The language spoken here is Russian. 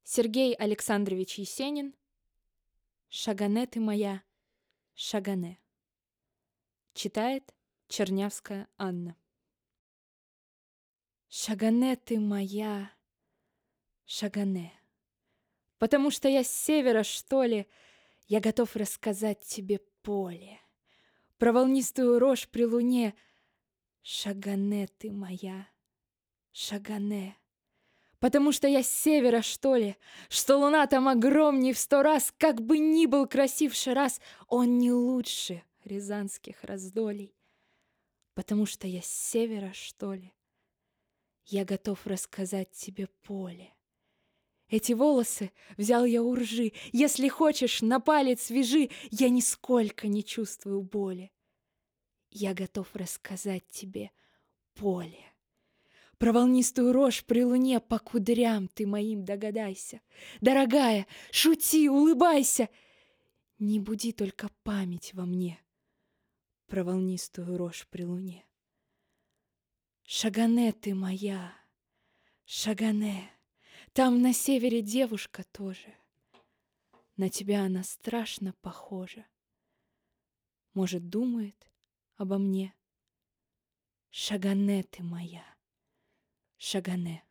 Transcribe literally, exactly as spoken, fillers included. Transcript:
Сергей Александрович Есенин. «Шагане ты моя, Шагане». Читает Чернявская Анна. Шагане ты моя, Шагане. Потому что я с севера, что ли, я готов рассказать тебе поле. Про волнистую рожь при луне. Шагане ты моя, Шагане. Потому что я с севера, что ли, что луна там огромней в сто раз, как бы ни был красив Шираз, он не лучше рязанских раздолей. Потому что я с севера, что ли, я готов рассказать тебе поле. Эти волосы взял я у ржи, если хочешь, на палец вяжи, я нисколько не чувствую боли. Я готов рассказать тебе поле. Про волнистую рожь при луне по кудрям ты моим догадайся. Дорогая, шути, улыбайся. Не буди только память во мне про волнистую рожь при луне. Шагане ты моя, Шагане. Там на севере девушка тоже. На тебя она страшно похожа. Может, думает обо мне. Шагане ты моя, Шагане.